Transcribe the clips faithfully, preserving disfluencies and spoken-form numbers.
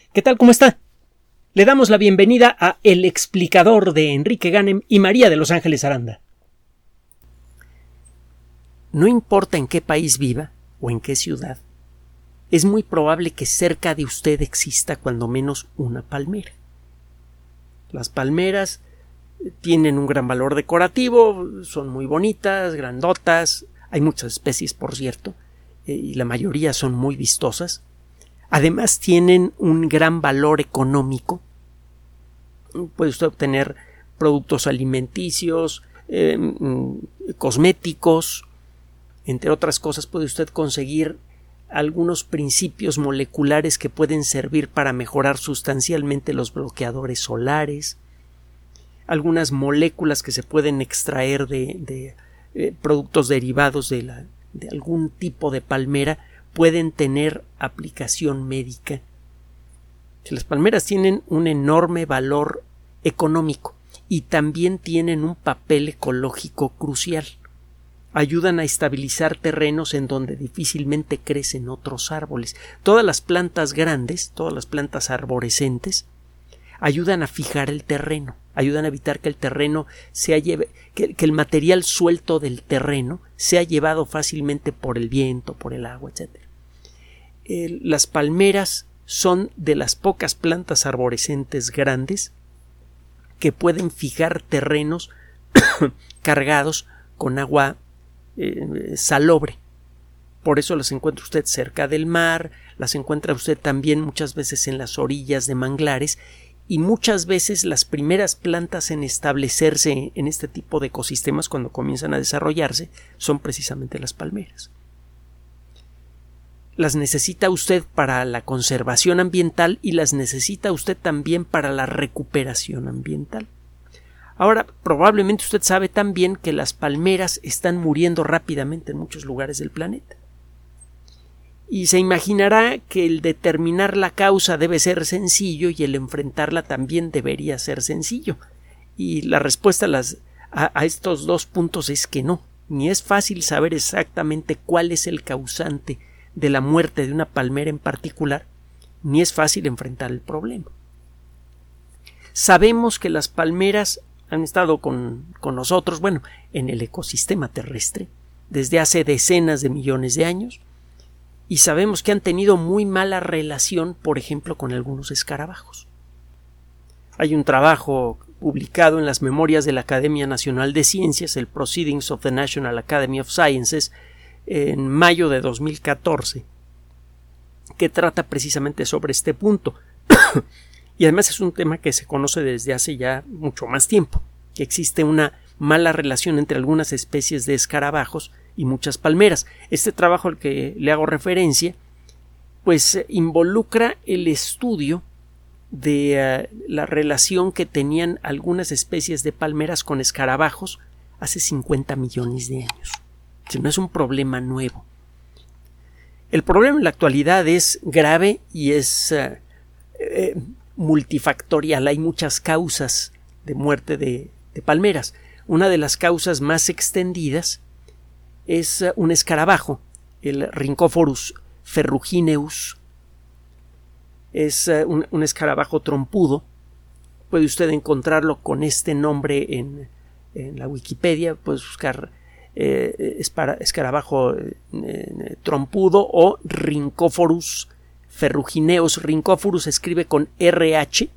¿Qué tal? ¿Cómo está? Le damos la bienvenida a El Explicador de Enrique Ganem y María de Los Ángeles Aranda. No importa en qué país viva o en qué ciudad, es muy probable que cerca de usted exista cuando menos una palmera. Las palmeras tienen un gran valor decorativo, son muy bonitas, grandotas, hay muchas especies, por cierto, y la mayoría son muy vistosas. Además tienen un gran valor económico. Puede usted obtener productos alimenticios, eh, cosméticos, entre otras cosas puede usted conseguir algunos principios moleculares que pueden servir para mejorar sustancialmente los bloqueadores solares, algunas moléculas que se pueden extraer de, de eh, productos derivados de, la, de algún tipo de palmera pueden tener aplicación médica. Las palmeras tienen un enorme valor económico y también tienen un papel ecológico crucial. Ayudan a estabilizar terrenos en donde difícilmente crecen otros árboles. Todas las plantas grandes, todas las plantas arborescentes, ayudan a fijar el terreno, ayudan a evitar que el terreno sea lleve, que, que el material suelto del terreno sea llevado fácilmente por el viento, por el agua, etcétera. Eh, las palmeras son de las pocas plantas arborescentes grandes que pueden fijar terrenos cargados con agua eh, salobre. Por eso las encuentra usted cerca del mar, las encuentra usted también muchas veces en las orillas de manglares, y muchas veces las primeras plantas en establecerse en este tipo de ecosistemas cuando comienzan a desarrollarse son precisamente las palmeras. Las necesita usted para la conservación ambiental y las necesita usted también para la recuperación ambiental. Ahora, probablemente usted sabe también que las palmeras están muriendo rápidamente en muchos lugares del planeta. Y se imaginará que el determinar la causa debe ser sencillo y el enfrentarla también debería ser sencillo. Y la respuesta a, las, a, a estos dos puntos es que no. Ni es fácil saber exactamente cuál es el causante de la muerte de una palmera en particular, ni es fácil enfrentar el problema. Sabemos que las palmeras han estado con, con nosotros, bueno, en el ecosistema terrestre, desde hace decenas de millones de años, y sabemos que han tenido muy mala relación, por ejemplo, con algunos escarabajos. Hay un trabajo publicado en las Memorias de la Academia Nacional de Ciencias, el Proceedings of the National Academy of Sciences, en mayo de dos mil catorce, que trata precisamente sobre este punto. Y además es un tema que se conoce desde hace ya mucho más tiempo, que existe una mala relación entre algunas especies de escarabajos y muchas palmeras. Este trabajo al que le hago referencia, pues involucra el estudio de uh, la relación que tenían algunas especies de palmeras con escarabajos hace cincuenta millones de años. Si no es un problema nuevo. El problema en la actualidad es grave y es uh, eh, multifactorial. Hay muchas causas de muerte de, de palmeras. Una de las causas más extendidas es uh, un escarabajo, el Rhynchophorus ferrugineus. Es uh, un, un escarabajo trompudo. Puede usted encontrarlo con este nombre en, en la Wikipedia. Puede buscar Eh, escarabajo eh, trompudo o Rhynchophorus ferrugineus. Rhynchophorus se escribe con R H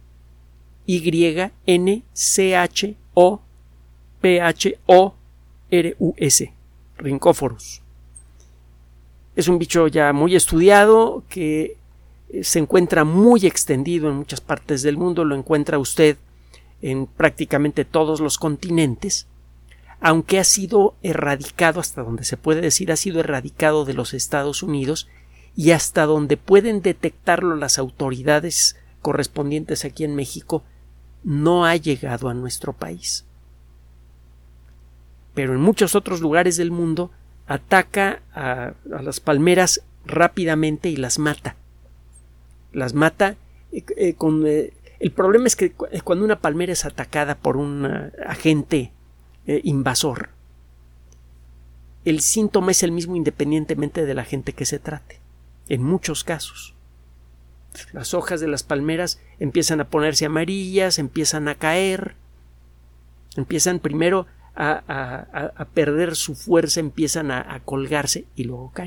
Y N C H O P H O R U S. Rhynchophorus. Es un bicho ya muy estudiado que se encuentra muy extendido en muchas partes del mundo. Lo encuentra usted en prácticamente todos los continentes, aunque ha sido erradicado, hasta donde se puede decir, ha sido erradicado de los Estados Unidos, y hasta donde pueden detectarlo las autoridades correspondientes aquí en México, no ha llegado a nuestro país. Pero en muchos otros lugares del mundo ataca a, a las palmeras rápidamente y las mata. Las mata eh, eh, con... Eh, el problema es que cuando una palmera es atacada por un uh, agente Eh, invasor, el síntoma es el mismo independientemente de la gente que se trate, en muchos casos. Las hojas de las palmeras empiezan a ponerse amarillas, empiezan a caer, empiezan primero a, a, a perder su fuerza, empiezan a, a colgarse y luego caen.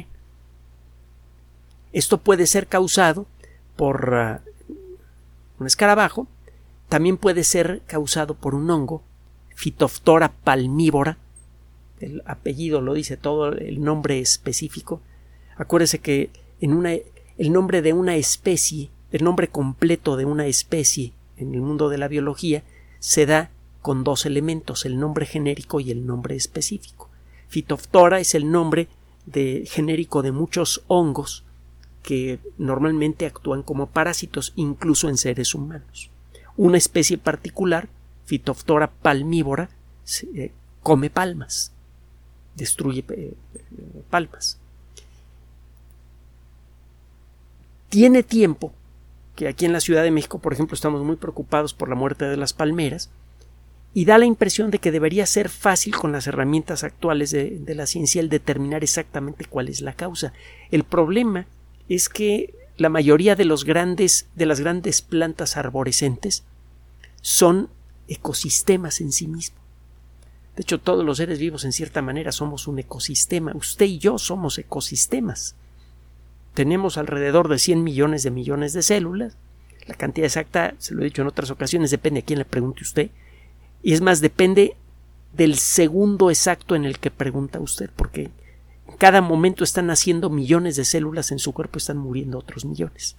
Esto puede ser causado por uh, un escarabajo, también puede ser causado por un hongo, Phytophthora palmivora. El apellido lo dice todo, el nombre específico. Acuérdese que en una, el nombre de una especie, el nombre completo de una especie en el mundo de la biología se da con dos elementos, el nombre genérico y el nombre específico. Phytophthora es el nombre de, genérico de muchos hongos que normalmente actúan como parásitos incluso en seres humanos. Una especie particular, Phytophthora palmivora, eh, come palmas, destruye eh, palmas. Tiene tiempo que aquí en la Ciudad de México, por ejemplo, estamos muy preocupados por la muerte de las palmeras y da la impresión de que debería ser fácil con las herramientas actuales de, de la ciencia el determinar exactamente cuál es la causa. El problema es que la mayoría de los grandes, de las grandes plantas arborescentes son ecosistemas en sí mismos. De hecho, todos los seres vivos en cierta manera somos un ecosistema. Usted y yo somos ecosistemas. Tenemos alrededor de cien millones de millones de células. La cantidad exacta, se lo he dicho en otras ocasiones, depende a quién le pregunte usted. Y es más, depende del segundo exacto en el que pregunta usted, porque en cada momento están naciendo millones de células en su cuerpo, están muriendo otros millones.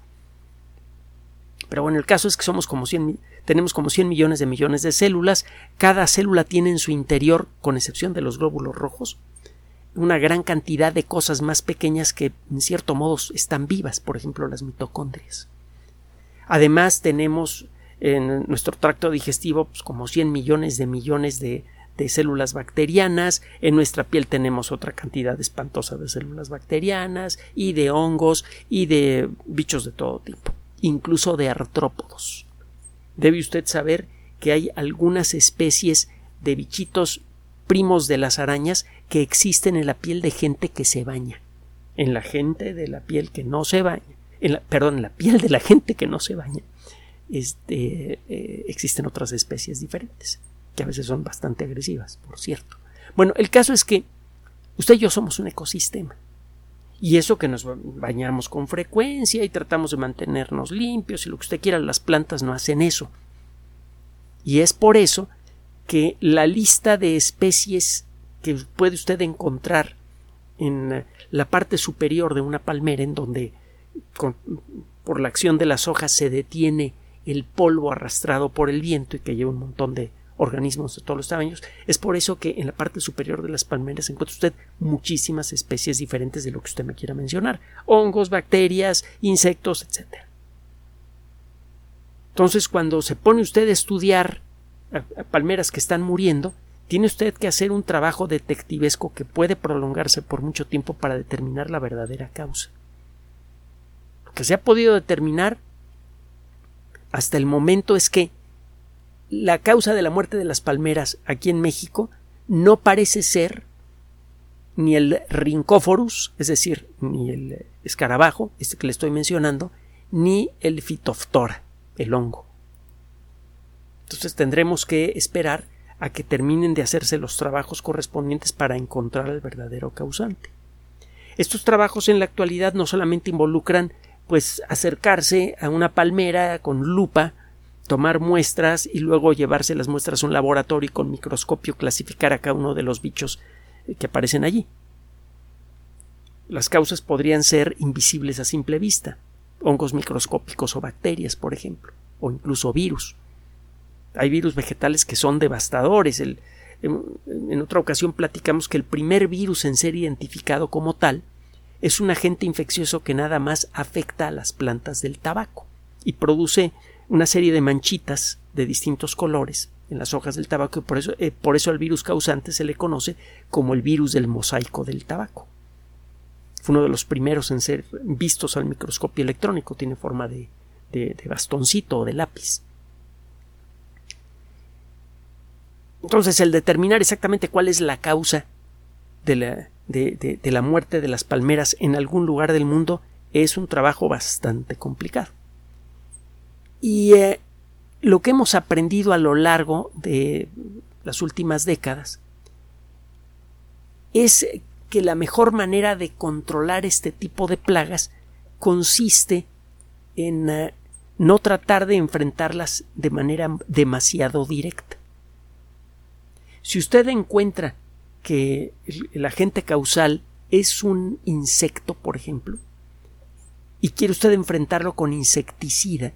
Pero bueno, el caso es que somos como cien, tenemos como cien millones de millones de células. Cada célula tiene en su interior, con excepción de los glóbulos rojos, una gran cantidad de cosas más pequeñas que en cierto modo están vivas, por ejemplo las mitocondrias. Además tenemos en nuestro tracto digestivo pues, como cien millones de millones de, de células bacterianas. En nuestra piel tenemos otra cantidad espantosa de células bacterianas y de hongos y de bichos de todo tipo, incluso de artrópodos. Debe usted saber que hay algunas especies de bichitos primos de las arañas que existen en la piel de gente que se baña. En la gente de la piel que no se baña, en la, perdón, en la piel de la gente que no se baña, este, eh, existen otras especies diferentes, que a veces son bastante agresivas, por cierto. Bueno, el caso es que usted y yo somos un ecosistema. Y eso que nos bañamos con frecuencia y tratamos de mantenernos limpios y lo que usted quiera, las plantas no hacen eso. Y es por eso que la lista de especies que puede usted encontrar en la parte superior de una palmera, en donde con, por la acción de las hojas se detiene el polvo arrastrado por el viento y que lleva un montón de organismos de todos los tamaños, es por eso que en la parte superior de las palmeras encuentra usted muchísimas especies diferentes de lo que usted me quiera mencionar, hongos, bacterias, insectos, etcétera. Entonces, cuando se pone usted a estudiar a, a palmeras que están muriendo, tiene usted que hacer un trabajo detectivesco que puede prolongarse por mucho tiempo para determinar la verdadera causa. Lo que se ha podido determinar hasta el momento es que la causa de la muerte de las palmeras aquí en México no parece ser ni el Rhynchophorus, es decir, ni el escarabajo, este que le estoy mencionando, ni el Phytophthora, el hongo. Entonces tendremos que esperar a que terminen de hacerse los trabajos correspondientes para encontrar el verdadero causante. Estos trabajos en la actualidad no solamente involucran pues acercarse a una palmera con lupa, tomar muestras y luego llevarse las muestras a un laboratorio y con microscopio clasificar a cada uno de los bichos que aparecen allí. Las causas podrían ser invisibles a simple vista, hongos microscópicos o bacterias, por ejemplo, o incluso virus. Hay virus vegetales que son devastadores. El, en, en otra ocasión platicamos que el primer virus en ser identificado como tal es un agente infeccioso que nada más afecta a las plantas del tabaco y produce una serie de manchitas de distintos colores en las hojas del tabaco y por eso, eh, por eso al virus causante se le conoce como el virus del mosaico del tabaco. Fue uno de los primeros en ser vistos al microscopio electrónico, tiene forma de, de, de bastoncito o de lápiz. Entonces, el determinar exactamente cuál es la causa de la, de, de, de la muerte de las palmeras en algún lugar del mundo es un trabajo bastante complicado. Y eh, lo que hemos aprendido a lo largo de las últimas décadas es que la mejor manera de controlar este tipo de plagas consiste en uh, no tratar de enfrentarlas de manera demasiado directa. Si usted encuentra que el, el agente causal es un insecto, por ejemplo, y quiere usted enfrentarlo con insecticida,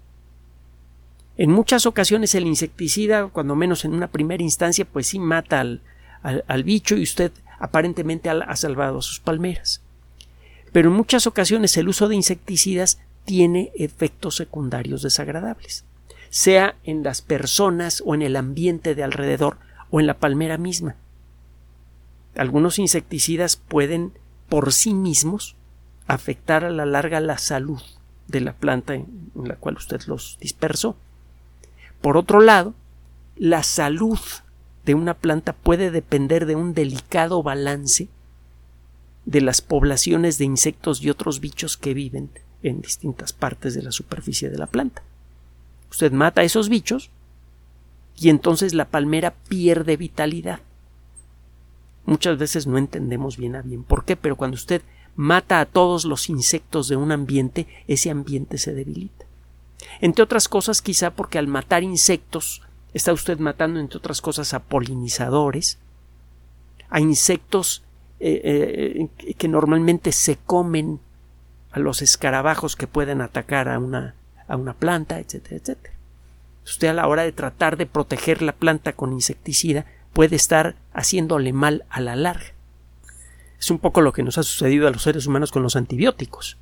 en muchas ocasiones el insecticida, cuando menos en una primera instancia, pues sí mata al, al, al bicho y usted aparentemente ha salvado a sus palmeras. Pero en muchas ocasiones el uso de insecticidas tiene efectos secundarios desagradables, sea en las personas o en el ambiente de alrededor o en la palmera misma. Algunos insecticidas pueden por sí mismos afectar a la larga la salud de la planta en la cual usted los dispersó. Por otro lado, la salud de una planta puede depender de un delicado balance de las poblaciones de insectos y otros bichos que viven en distintas partes de la superficie de la planta. Usted mata a esos bichos y entonces la palmera pierde vitalidad. Muchas veces no entendemos bien a bien por qué, pero cuando usted mata a todos los insectos de un ambiente, ese ambiente se debilita. Entre otras cosas, quizá porque al matar insectos está usted matando, entre otras cosas, a polinizadores, a insectos eh, eh, que normalmente se comen a los escarabajos que pueden atacar a una, a una planta, etcétera, etcétera. Usted, a la hora de tratar de proteger la planta con insecticida, puede estar haciéndole mal a la larga. Es un poco lo que nos ha sucedido a los seres humanos con los antibióticos.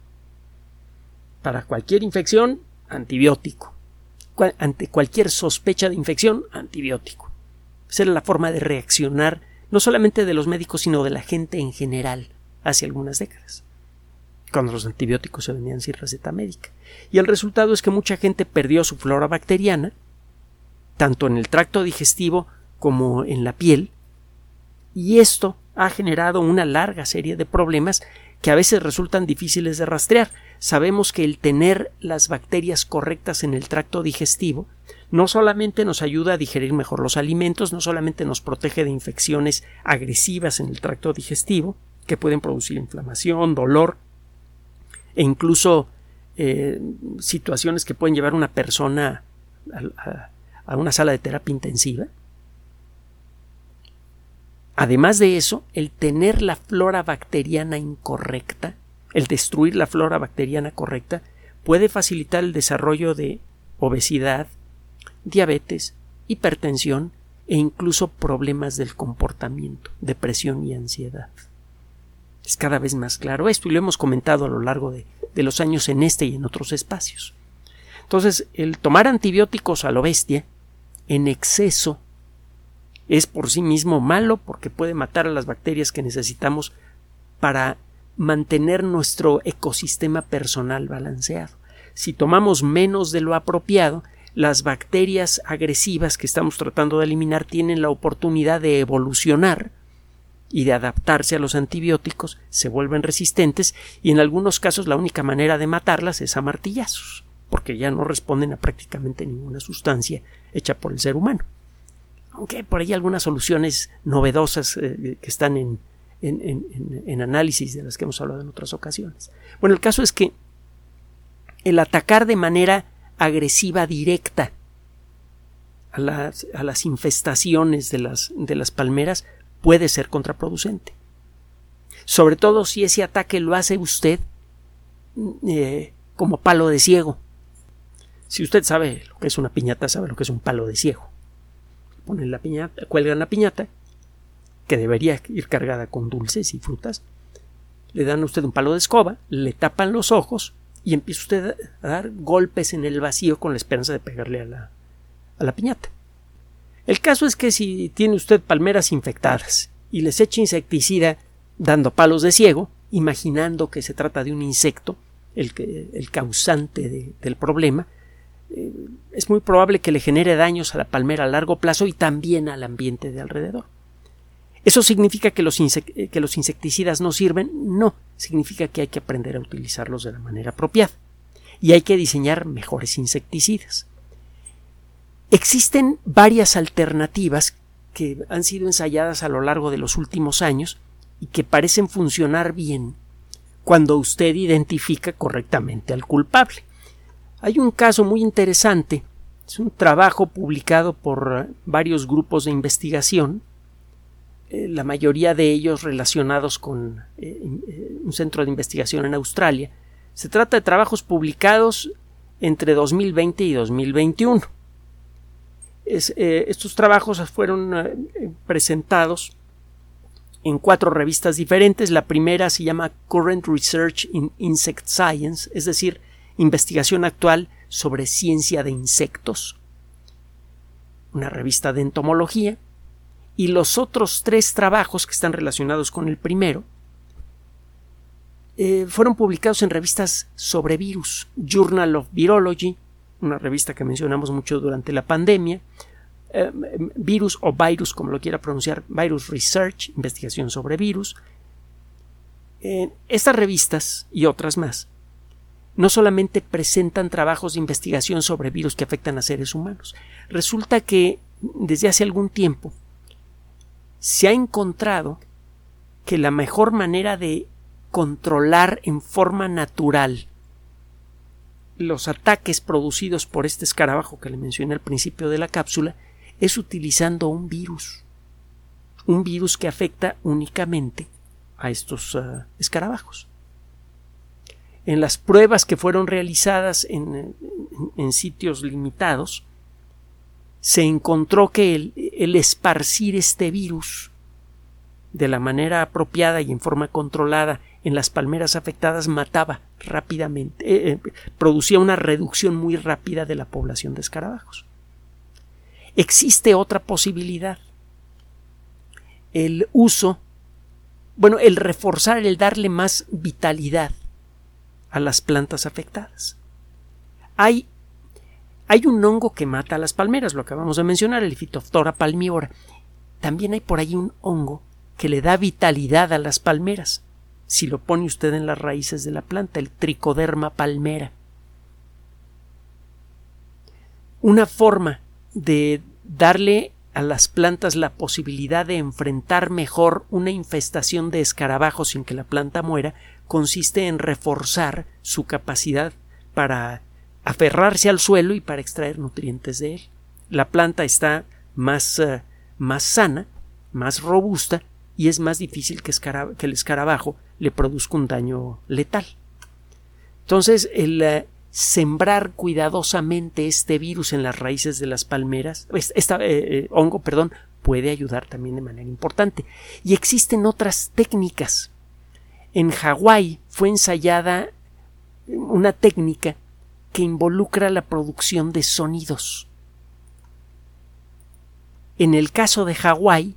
Para cualquier infección, antibiótico. Ante cualquier sospecha de infección, antibiótico. Esa era la forma de reaccionar no solamente de los médicos, sino de la gente en general hace algunas décadas, cuando los antibióticos se vendían sin receta médica. Y el resultado es que mucha gente perdió su flora bacteriana, tanto en el tracto digestivo como en la piel, y esto ha generado una larga serie de problemas que a veces resultan difíciles de rastrear. Sabemos que el tener las bacterias correctas en el tracto digestivo no solamente nos ayuda a digerir mejor los alimentos, no solamente nos protege de infecciones agresivas en el tracto digestivo que pueden producir inflamación, dolor e incluso eh, situaciones que pueden llevar a una persona a, a, a una sala de terapia intensiva. Además de eso, el tener la flora bacteriana incorrecta, el destruir la flora bacteriana correcta, puede facilitar el desarrollo de obesidad, diabetes, hipertensión e incluso problemas del comportamiento, depresión y ansiedad. Es cada vez más claro esto y lo hemos comentado a lo largo de, de los años en este y en otros espacios. Entonces, el tomar antibióticos a lo bestia, en exceso, es por sí mismo malo porque puede matar a las bacterias que necesitamos para mantener nuestro ecosistema personal balanceado. Si tomamos menos de lo apropiado, las bacterias agresivas que estamos tratando de eliminar tienen la oportunidad de evolucionar y de adaptarse a los antibióticos, se vuelven resistentes y en algunos casos la única manera de matarlas es a martillazos, porque ya no responden a prácticamente ninguna sustancia hecha por el ser humano. Aunque por ahí algunas soluciones novedosas eh, que están en, en, en, en análisis de las que hemos hablado en otras ocasiones. Bueno, el caso es que el atacar de manera agresiva directa a las, a las infestaciones de las, de las palmeras puede ser contraproducente. Sobre todo si ese ataque lo hace usted eh, como palo de ciego. Si usted sabe lo que es una piñata, sabe lo que es un palo de ciego. Ponen la piñata, cuelgan la piñata, que debería ir cargada con dulces y frutas, le dan a usted un palo de escoba, le tapan los ojos y empieza usted a dar golpes en el vacío con la esperanza de pegarle a la, a la piñata. El caso es que si tiene usted palmeras infectadas y les echa insecticida dando palos de ciego, imaginando que se trata de un insecto, el, que, el causante de, del problema, eh, es muy probable que le genere daños a la palmera a largo plazo y también al ambiente de alrededor. ¿Eso significa que los, insect- que los insecticidas no sirven? No, significa que hay que aprender a utilizarlos de la manera apropiada. y hay que diseñar mejores insecticidas. Existen varias alternativas que han sido ensayadas a lo largo de los últimos años y que parecen funcionar bien cuando usted identifica correctamente al culpable. Hay un caso muy interesante, es un trabajo publicado por varios grupos de investigación, eh, la mayoría de ellos relacionados con eh, un centro de investigación en Australia. Se trata de trabajos publicados entre dos mil veinte y dos mil veintiuno. Es, eh, estos trabajos fueron eh, presentados en cuatro revistas diferentes. La primera se llama Current Research in Insect Science, es decir, investigación actual sobre ciencia de insectos, una revista de entomología, y los otros tres trabajos que están relacionados con el primero eh, fueron publicados en revistas sobre virus, Journal of Virology, una revista que mencionamos mucho durante la pandemia, eh, Virus o Virus, como lo quiera pronunciar, Virus Research, investigación sobre virus. Eh, estas revistas y otras más no solamente presentan trabajos de investigación sobre virus que afectan a seres humanos. Resulta que desde hace algún tiempo se ha encontrado que la mejor manera de controlar en forma natural los ataques producidos por este escarabajo que le mencioné al principio de la cápsula es utilizando un virus. Un virus que afecta únicamente a estos uh, escarabajos. En las pruebas que fueron realizadas en, en, en sitios limitados, se encontró que el, el esparcir este virus de la manera apropiada y en forma controlada en las palmeras afectadas mataba rápidamente, eh, eh, producía una reducción muy rápida de la población de escarabajos. Existe otra posibilidad, el uso, bueno, el reforzar, el darle más vitalidad a las plantas afectadas. Hay, hay un hongo que mata a las palmeras, lo acabamos de mencionar, el Phytophthora palmivora. También hay por ahí un hongo que le da vitalidad a las palmeras, si lo pone usted en las raíces de la planta, el Trichoderma palmera. Una forma de darle a las plantas la posibilidad de enfrentar mejor una infestación de escarabajos sin que la planta muera consiste en reforzar su capacidad para aferrarse al suelo y para extraer nutrientes de él. La planta está más, uh, más sana, más robusta, y es más difícil que, escarab- que el escarabajo le produzca un daño letal. Entonces, el uh, sembrar cuidadosamente este virus en las raíces de las palmeras, este eh, eh, hongo, perdón, puede ayudar también de manera importante. Y existen otras técnicas. En Hawái fue ensayada una técnica que involucra la producción de sonidos. En el caso de Hawái,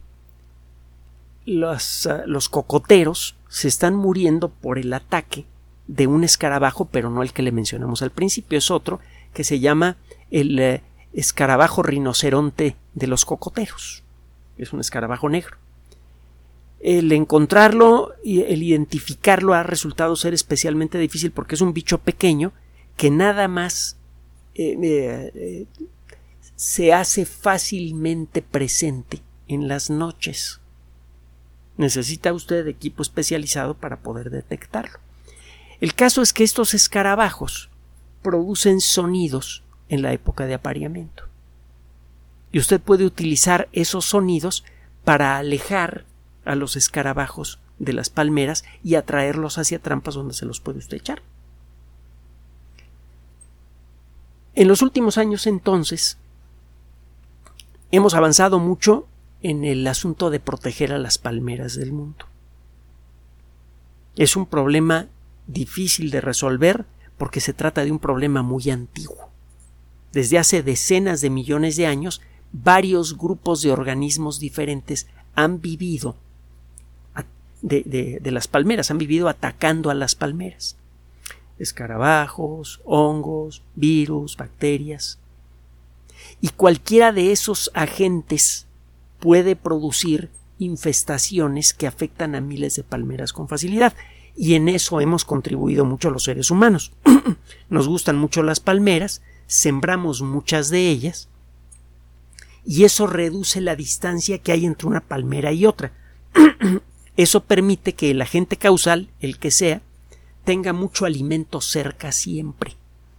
los, uh, los cocoteros se están muriendo por el ataque de un escarabajo, pero no el que le mencionamos al principio, es otro que se llama el uh, escarabajo rinoceronte de los cocoteros. Es un escarabajo negro. El encontrarlo y el identificarlo ha resultado ser especialmente difícil porque es un bicho pequeño que nada más eh, eh, se hace fácilmente presente en las noches. Necesita usted equipo especializado para poder detectarlo. El caso es que estos escarabajos producen sonidos en la época de apareamiento. Y usted puede utilizar esos sonidos para alejar a los escarabajos de las palmeras y atraerlos hacia trampas donde se los puede usted echar. En los últimos años, entonces, hemos avanzado mucho en el asunto de proteger a las palmeras del mundo. Es un problema difícil de resolver porque se trata de un problema muy antiguo. Desde hace decenas de millones de años, varios grupos de organismos diferentes han vivido de, de, de las palmeras, han vivido atacando a las palmeras. Escarabajos, hongos, virus, bacterias. Y cualquiera de esos agentes puede producir infestaciones que afectan a miles de palmeras con facilidad. y en eso hemos contribuido mucho los seres humanos. Nos gustan mucho las palmeras, sembramos muchas de ellas y eso reduce la distancia que hay entre una palmera y otra. Eso permite que el agente causal, el que sea, tenga mucho alimento cerca siempre.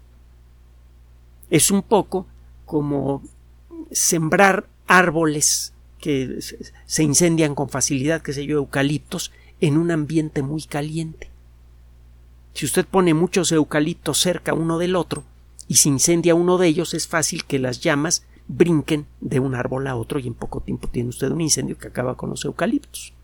Es un poco como sembrar árboles que se incendian con facilidad, qué sé yo, eucaliptos, en un ambiente muy caliente. Si usted pone muchos eucaliptos cerca uno del otro y se incendia uno de ellos, es fácil que las llamas brinquen de un árbol a otro y en poco tiempo tiene usted un incendio que acaba con los eucaliptos.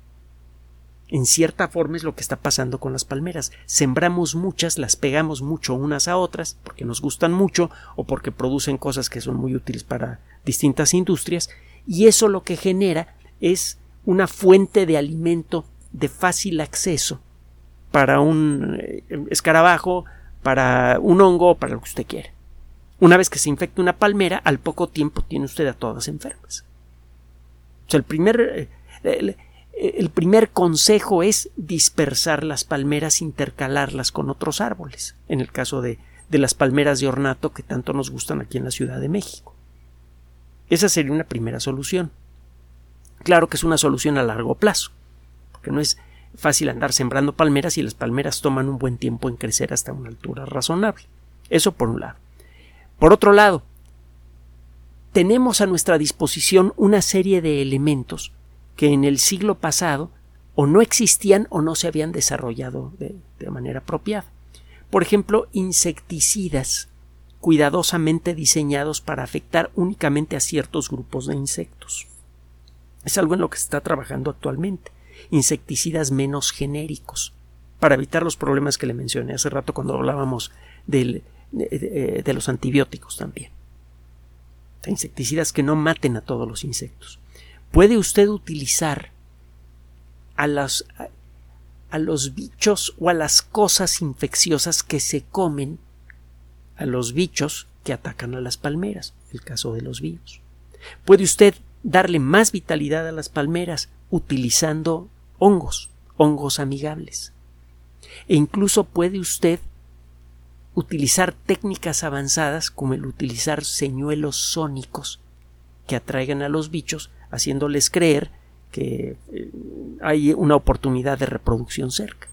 En cierta forma es lo que está pasando con las palmeras. Sembramos muchas, las pegamos mucho unas a otras porque nos gustan mucho o porque producen cosas que son muy útiles para distintas industrias, y eso lo que genera es una fuente de alimento de fácil acceso para un escarabajo, para un hongo, para lo que usted quiera. Una vez que se infecta una palmera, al poco tiempo tiene usted a todas enfermas. O sea, el primer, el, el primer consejo es dispersar las palmeras, intercalarlas con otros árboles, en el caso de, de las palmeras de ornato que tanto nos gustan aquí en la Ciudad de México. Esa sería una primera solución. Claro que es una solución a largo plazo, porque no es fácil andar sembrando palmeras y las palmeras toman un buen tiempo en crecer hasta una altura razonable. Eso por un lado. Por otro lado, tenemos a nuestra disposición una serie de elementos que en el siglo pasado o no existían o no se habían desarrollado de, de manera apropiada. Por ejemplo, insecticidas cuidadosamente diseñados para afectar únicamente a ciertos grupos de insectos. Es algo en lo que se está trabajando actualmente. Insecticidas menos genéricos para evitar los problemas que le mencioné hace rato cuando hablábamos del, de, de, de los antibióticos también. Insecticidas que no maten a todos los insectos. Puede usted utilizar a los, a, a los bichos o a las cosas infecciosas que se comen a los bichos que atacan a las palmeras, el caso de los virus. Puede usted darle más vitalidad a las palmeras utilizando hongos, hongos amigables. E incluso puede usted utilizar técnicas avanzadas como el utilizar señuelos sónicos que atraigan a los bichos, haciéndoles creer que eh, hay una oportunidad de reproducción cerca.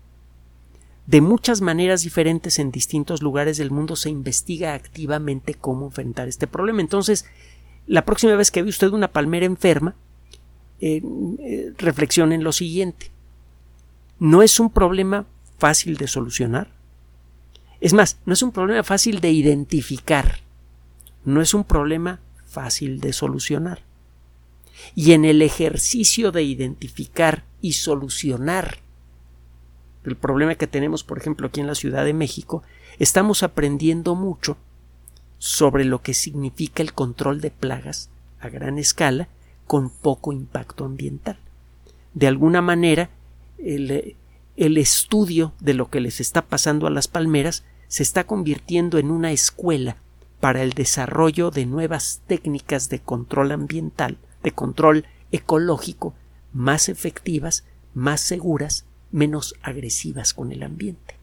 De muchas maneras diferentes en distintos lugares del mundo se investiga activamente cómo enfrentar este problema. Entonces, la próxima vez que ve usted una palmera enferma, eh, eh, reflexione en lo siguiente. No es un problema fácil de solucionar. Es más, no es un problema fácil de identificar. No es un problema fácil de solucionar. Y en el ejercicio de identificar y solucionar el problema que tenemos, por ejemplo, aquí en la Ciudad de México, estamos aprendiendo mucho sobre lo que significa el control de plagas a gran escala con poco impacto ambiental. De alguna manera, el, el estudio de lo que les está pasando a las palmeras se está convirtiendo en una escuela para el desarrollo de nuevas técnicas de control ambiental, de control ecológico, más efectivas, más seguras, menos agresivas con el ambiente.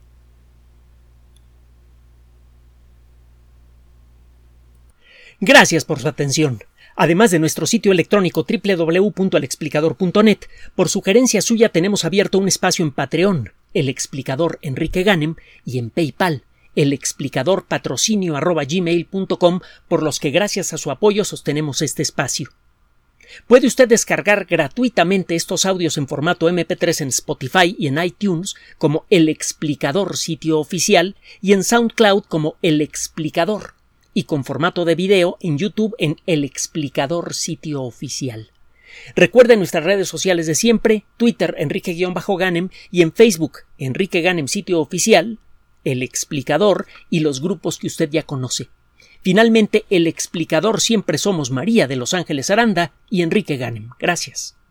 Gracias por su atención. Además de nuestro sitio electrónico doble u doble u doble u punto el explicador punto net, por sugerencia suya tenemos abierto un espacio en Patreon, El Explicador Enrique Ganem, y en PayPal, el explicador patrocinio arroba gmail punto com, por los que gracias a su apoyo sostenemos este espacio. Puede usted descargar gratuitamente estos audios en formato eme pe tres en Spotify y en iTunes como El Explicador sitio oficial y en SoundCloud como El Explicador, y con formato de video en YouTube en El Explicador sitio oficial. Recuerde nuestras redes sociales de siempre, Twitter Enrique-Ganem y en Facebook Enrique Ganem sitio oficial, El Explicador y los grupos que usted ya conoce. Finalmente, El Explicador siempre somos María de Los Ángeles Aranda y Enrique Ganem. Gracias.